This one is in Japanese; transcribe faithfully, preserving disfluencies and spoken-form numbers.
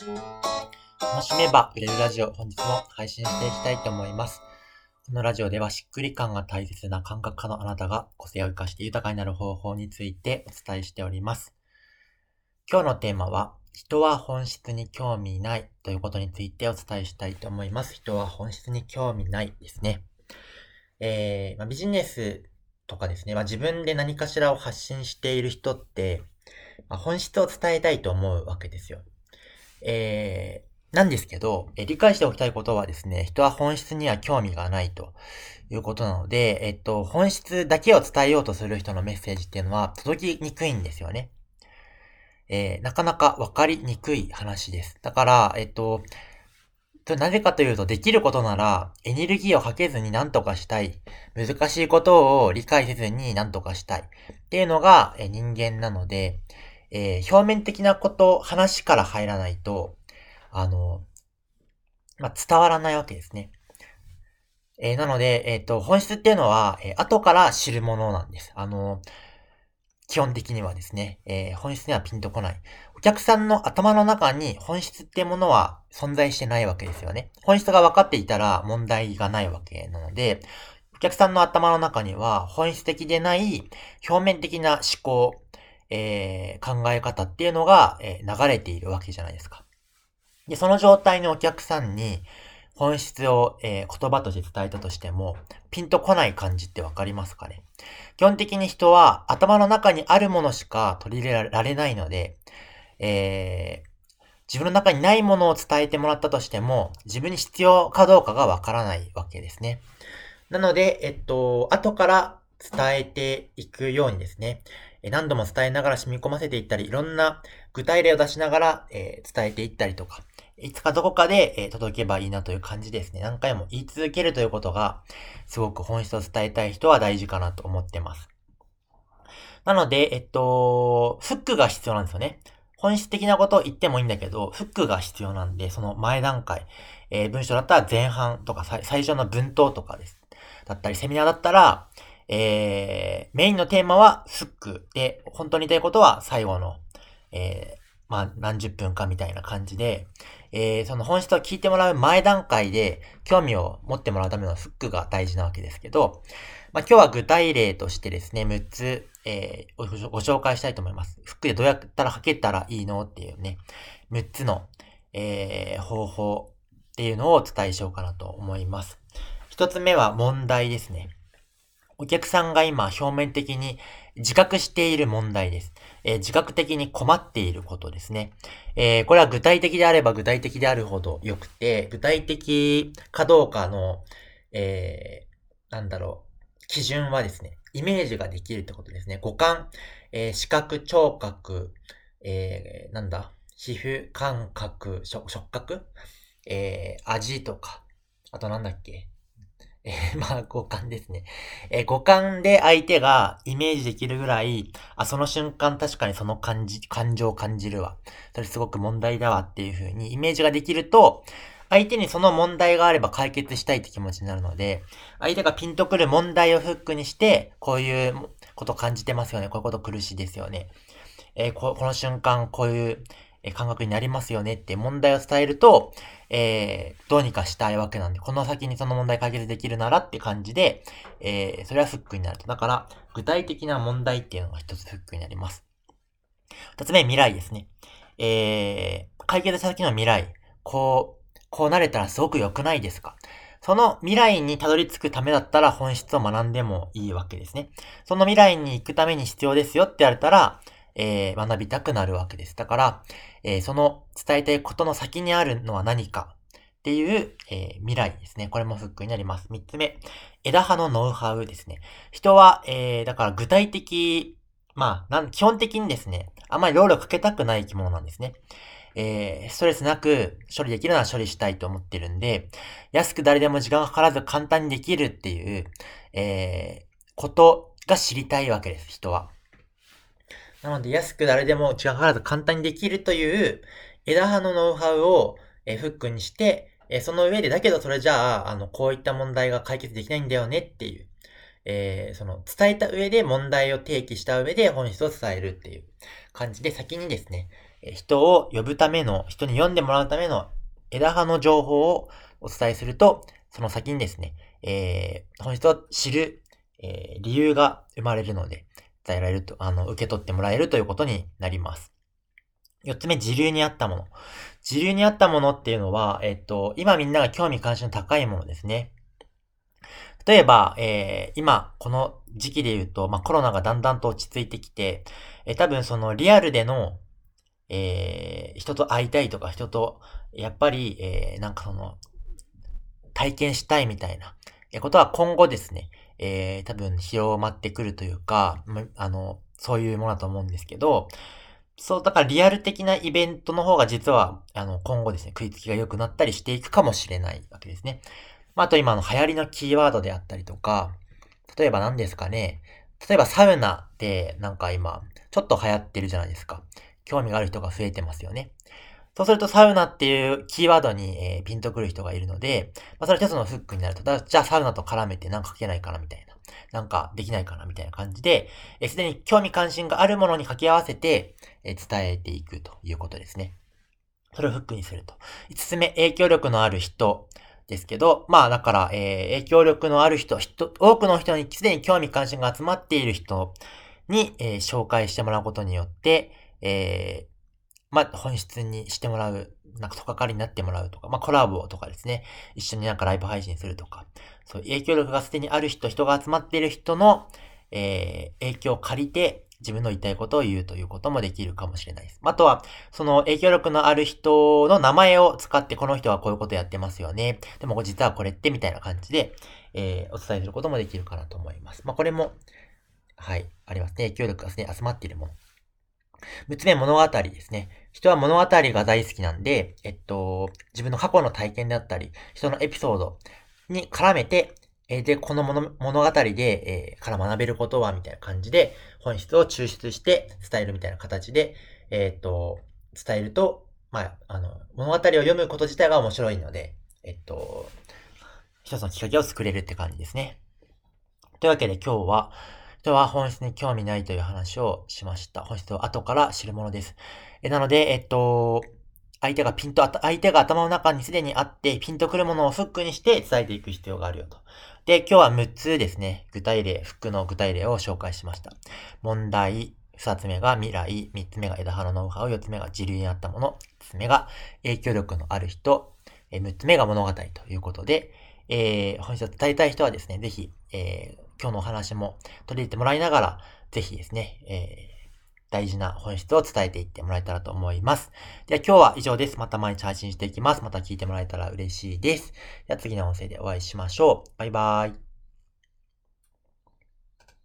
楽しめば売れるラジオ、本日も配信していきたいと思います。このラジオではしっくり感が大切な感覚家のあなたが個性を生かして豊かになる方法についてお伝えしております。今日のテーマは、人は本質に興味ないということについてお伝えしたいと思います。人は本質に興味ないですね。えーまあ、ビジネスとかですね、まあ、自分で何かしらを発信している人って、まあ、本質を伝えたいと思うわけですよ。えー、なんですけど、え理解しておきたいことはですね、人は本質には興味がないということなので、えっと、本質だけを伝えようとする人のメッセージっていうのは届きにくいんですよね。えー、なかなかわかりにくい話です。だから、えっと、なぜかというと、できることなら、エネルギーをかけずに何とかしたい。難しいことを理解せずに何とかしたい。っていうのが、え人間なので、えー表面的なこと、話から入らないと、あの、まあ、伝わらないわけですね。えーなので、えっと、本質っていうのは、えー後から知るものなんです。あの、基本的にはですね、えー本質にはピンとこない。お客さんの頭の中に本質っていうものは存在してないわけですよね。本質が分かっていたら問題がないわけなので、お客さんの頭の中には本質的でない表面的な思考、えー考え方っていうのが、えー流れているわけじゃないですか。で、その状態のお客さんに本質を、えー言葉として伝えたとしても、ピンとこない感じってわかりますかね？基本的に人は頭の中にあるものしか取り入れられないので、えー自分の中にないものを伝えてもらったとしても、自分に必要かどうかがわからないわけですね。なので、えっと、後から伝えていくようにですね、え何度も伝えながら染み込ませていったり、いろんな具体例を出しながら、えー伝えていったりとか、いつかどこかで、えー届けばいいなという感じですね。何回も言い続けるということが、すごく本質を伝えたい人は大事かなと思ってます。なので、えっと、フックが必要なんですよね。本質的なことを言ってもいいんだけど、フックが必要なんで、その前段階、えー文章だったら前半とか最最初の文頭とかです。だったり、セミナーだったら、えー、メインのテーマはフックで、本当に言いたいことは最後の、えー、まあ、何十分かみたいな感じで、えー、その本質を聞いてもらう前段階で、興味を持ってもらうためのフックが大事なわけですけど、まあ、今日は具体例としてですね、むっつ、えー、ごご紹介したいと思います。フックでどうやったら書けたらいいのっていうね、むっつの、えー、方法っていうのをお伝えしようかなと思います。一つ目は問題ですね。お客さんが今表面的に自覚している問題です。えー自覚的に困っていることですね。えーこれは具体的であれば具体的であるほど良くて、具体的かどうかの、えーなんだろう、基準はですね、イメージができるってことですね。五感、えー視覚、聴覚、えーなんだ、皮膚感覚、触触覚、えー味とか、あとなんだっけ、えーまあ、五感ですね。えー五感で相手がイメージできるぐらい、あ、その瞬間確かにその感じ、感情を感じるわ。それすごく問題だわっていう風にイメージができると、相手にその問題があれば解決したいって気持ちになるので、相手がピンとくる問題をフックにして、こういうこと感じてますよね。こういうこと苦しいですよね。えーこ、この瞬間こういうえー感覚になりますよねって問題を伝えると、えーどうにかしたいわけなんで、この先にその問題解決できるならって感じで、えーそれはフックになると。だから、具体的な問題っていうのが一つフックになります。二つ目、未来ですね。えー解決した先の未来。こう、こうなれたらすごく良くないですか？その未来にたどり着くためだったら本質を学んでもいいわけですね。その未来に行くために必要ですよって言われたら、えー学びたくなるわけです。だから、えーその伝えたいことの先にあるのは何かっていう、えー未来ですね。これもフックになります。三つ目、枝葉のノウハウですね。人は、えーだから具体的、まあ、なん、基本的にですね、あんまり労力かけたくない生き物なんですね。えー、ストレスなく処理できるなら処理したいと思ってるんで、安く誰でも時間がかからず簡単にできるっていう、えー、ことが知りたいわけです、人は。なので、安く誰でも時間かからず簡単にできるという枝葉のノウハウを、えーフックにして、えーその上で、だけどそれじゃあ、あの、こういった問題が解決できないんだよねっていう、えーその、伝えた上で問題を提起した上で本質を伝えるっていう感じで先にですね、 えー人を呼ぶための、人に読んでもらうための枝葉の情報をお伝えすると、その先にですね、えー、本質を知る、えー理由が生まれるので、伝えられると、あの、受け取ってもらえるということになります。四つ目、時流に合ったもの。時流に合ったものっていうのは、えっと、今みんなが興味関心の高いものですね。例えば、えー今、この時期で言うと、まあ、コロナがだんだんと落ち着いてきて、えー多分そのリアルでの、えー人と会いたいとか、人と、やっぱり、えーなんかその、体験したいみたいな、えーことは今後ですね、えー多分広まってくるというか、むあの、そういうものだと思うんですけど、そう、だからリアル的なイベントの方が実は、あの、今後ですね、食いつきが良くなったりしていくかもしれないわけですね。まあ、あと今の流行りのキーワードであったりとか、例えば何ですかね。例えばサウナってなんか今、ちょっと流行ってるじゃないですか。興味がある人が増えてますよね。そうするとサウナっていうキーワードに、えーピンとくる人がいるので、まあ、それ一つのフックになると、だじゃあサウナと絡めてなんか書けないかなみたいな。なんかできないかなみたいな感じで、えーすでに興味関心があるものに掛け合わせて、えー伝えていくということですね。それをフックにすると。五つ目、影響力のある人ですけど、まあだから、えー影響力のある人、人、多くの人にすでに興味関心が集まっている人に、えー紹介してもらうことによって、えーまあ本質にしてもらう、なんかとかかりになってもらうとか、まあコラボとかですね、一緒になんかライブ配信するとか、そういう影響力がすでにある人、人が集まっている人の、えー影響を借りて、自分の言いたいことを言うということもできるかもしれないです。あとは、その影響力のある人の名前を使って、この人はこういうことやってますよね。でも実はこれってみたいな感じで、えーお伝えすることもできるかなと思います。まあこれも、はい、ありますね。影響力がすでに集まっているもの。むつ目、物語ですね。人は物語が大好きなんで、えっと、自分の過去の体験であったり、人のエピソードに絡めて、えーで、この物物語で、えーから学べることは、みたいな感じで、本質を抽出して伝えるみたいな形で、えっと、伝えると、まあ、あの、物語を読むこと自体が面白いので、えっと、一つのきっかけを作れるって感じですね。というわけで今日は、人は本質に興味ないという話をしました。本質を後から知るものです。え、なので、えっと、相手がピンとあた、相手が頭の中にすでにあって、ピンとくるものをフックにして伝えていく必要があるよと。で、今日はむっつですね、具体例、フックの具体例を紹介しました。問題、二つ目が未来、三つ目が枝葉のノウハウ、四つ目が時流にあったもの、五つ目が影響力のある人、え、六つ目が物語ということで、えー、本質を伝えたい人はですね、ぜひ、えー、今日のお話も取り入れてもらいながら、ぜひですね、えー、大事な本質を伝えていってもらえたらと思います。では今日は以上です。また毎日配信していきます。また聞いてもらえたら嬉しいです。では次の音声でお会いしましょう。バイバーイ。